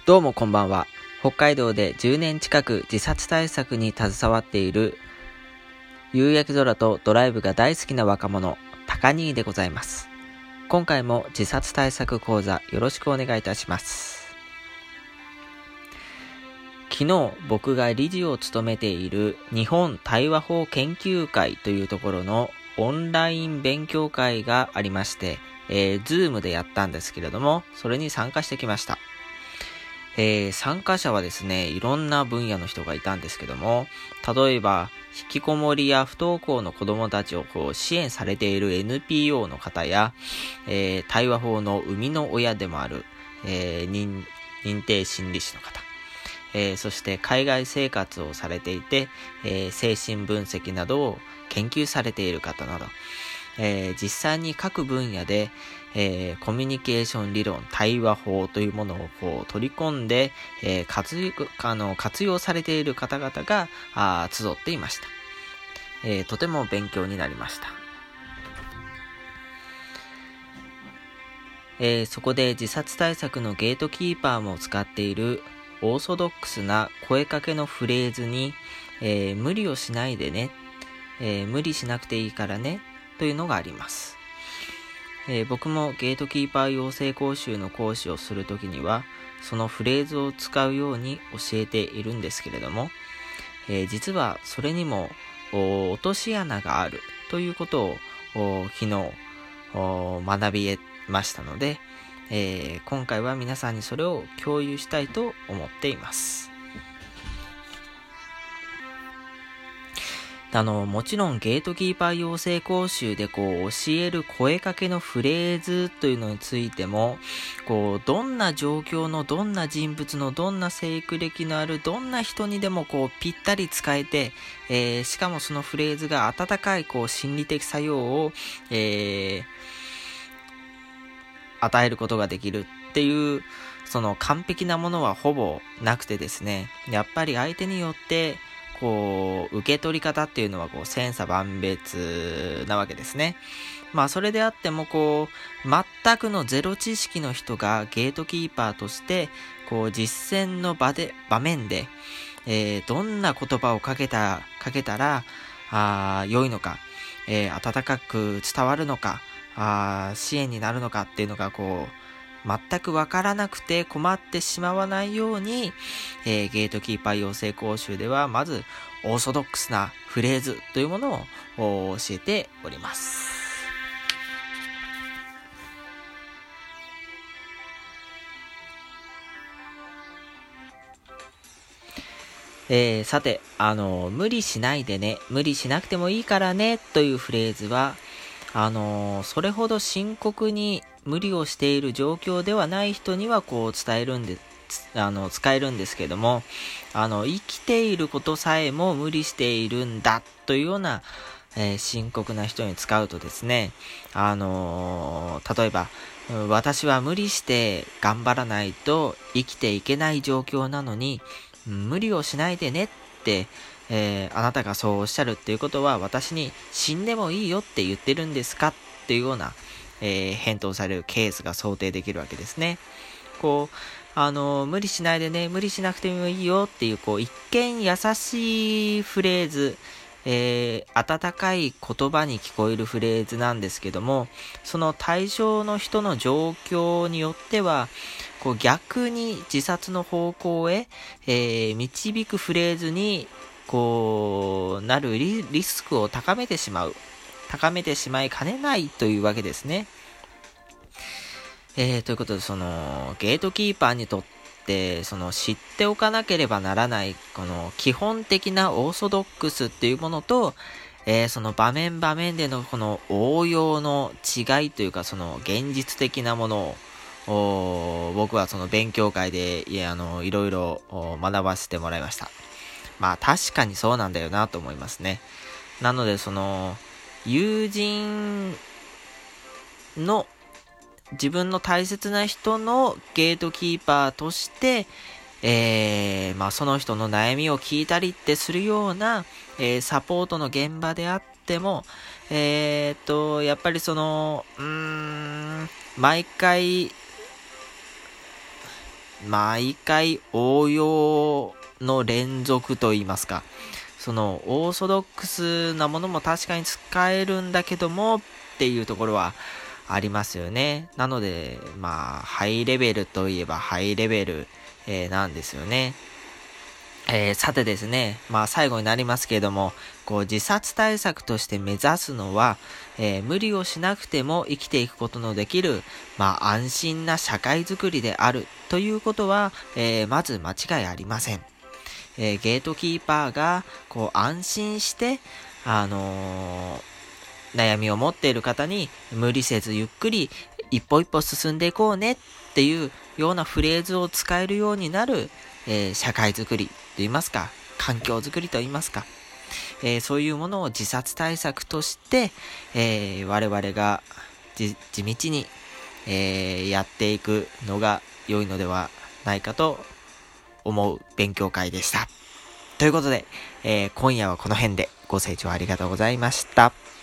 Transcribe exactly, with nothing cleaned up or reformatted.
どうもこんばんは。北海道でじゅうねん近く自殺対策に携わっている夕焼け空とドライブが大好きな若者、高兄でございます。今回も自殺対策講座よろしくお願いいたします。昨日僕が理事を務めている日本対話法研究会というところのオンライン勉強会がありまして、えー、Zoom でやったんですけれども、それに参加してきました。えー、参加者はですね、いろんな分野の人がいたんですけども、例えば引きこもりや不登校の子どもたちをこう支援されている エヌピーオー の方や、えー、対話法の生みの親でもある、えー、認, 認定心理師の方、えー、そして海外生活をされていて、えー、精神分析などを研究されている方など、えー、実際に各分野で、えー、コミュニケーション理論、対話法というものをこう取り込んで、えー、活用、あの活用されている方々があ集っていました。えー、とても勉強になりました。えー、そこで自殺対策のゲートキーパーも使っているオーソドックスな声かけのフレーズに、えー、無理をしないでね、えー、無理しなくていいからねというのがあります。えー、僕もゲートキーパー養成講習の講師をするときにはそのフレーズを使うように教えているんですけれども、えー、実はそれにも落とし穴があるということを昨日学びましたので、えー、今回は皆さんにそれを共有したいと思っています。あのもちろんゲートキーパー養成講習でこう教える声かけのフレーズというのについても、こうどんな状況のどんな人物のどんな生育歴のあるどんな人にでもこうぴったり使えて、えー、しかもそのフレーズが温かいこう心理的作用を、えー、与えることができるっていう、その完璧なものはほぼなくてですね、やっぱり相手によってこう受け取り方っていうのはこう千差万別なわけですね。まあそれであってもこう全くのゼロ知識の人がゲートキーパーとしてこう実践の場で場面で、えー、どんな言葉をかけたかけたらあ良いのか、えー、温かく伝わるのか、あ支援になるのかっていうのがこう全くわからなくて困ってしまわないように、えー、ゲートキーパー養成講習ではまずオーソドックスなフレーズというものを教えております。えー、さて、あの無理しないでね、無理しなくてもいいからねというフレーズはあのそれほど深刻に無理をしている状況ではない人にはこう伝えるんであの使えるんですけども、あの生きていることさえも無理しているんだというような、えー、深刻な人に使うとですね、あのー、例えば私は無理して頑張らないと生きていけない状況なのに無理をしないでねってえー、あなたがそうおっしゃるっていうことは私に死んでもいいよって言ってるんですかっていうような、えー、返答されるケースが想定できるわけですね。こうあの無理しないでね、無理しなくてもいいよっていう、こう一見優しいフレーズ、えー、温かい言葉に聞こえるフレーズなんですけども、その対象の人の状況によってはこう逆に自殺の方向へ、えー、導くフレーズにこうなる リ, リスクを高めてしまう高めてしまいかねないというわけですね。えー、ということで、そのゲートキーパーにとってその知っておかなければならないこの基本的なオーソドックスっていうものと、えー、その場面場面でのこの応用の違いというか、その現実的なものを僕はその勉強会でいやあのいろいろ学ばせてもらいました。まあ確かにそうなんだよなと思いますね。なのでその友人の自分の大切な人のゲートキーパーとして、えーまあ、その人の悩みを聞いたりってするような、えー、サポートの現場であっても、えー、っとやっぱりそのうーん毎回毎回応用の連続といいますか、そのオーソドックスなものも確かに使えるんだけどもっていうところはありますよね。なので、まあ、ハイレベルといえばハイレベル、えー、なんですよね。えー、さてですね、まあ最後になりますけれども、こう自殺対策として目指すのは、えー、無理をしなくても生きていくことのできる、まあ安心な社会づくりであるということは、えー、まず間違いありません。えー、ゲートキーパーがこう安心して、あのー、悩みを持っている方に無理せずゆっくり一歩一歩進んでいこうねっていうようなフレーズを使えるようになる、えー、社会づくりと言いますか、環境づくりと言いますか、えー、そういうものを自殺対策として、えー、我々が地道に、えー、やっていくのが良いのではないかと思う勉強会でした。ということで、えー、今夜はこの辺でご清聴ありがとうございました。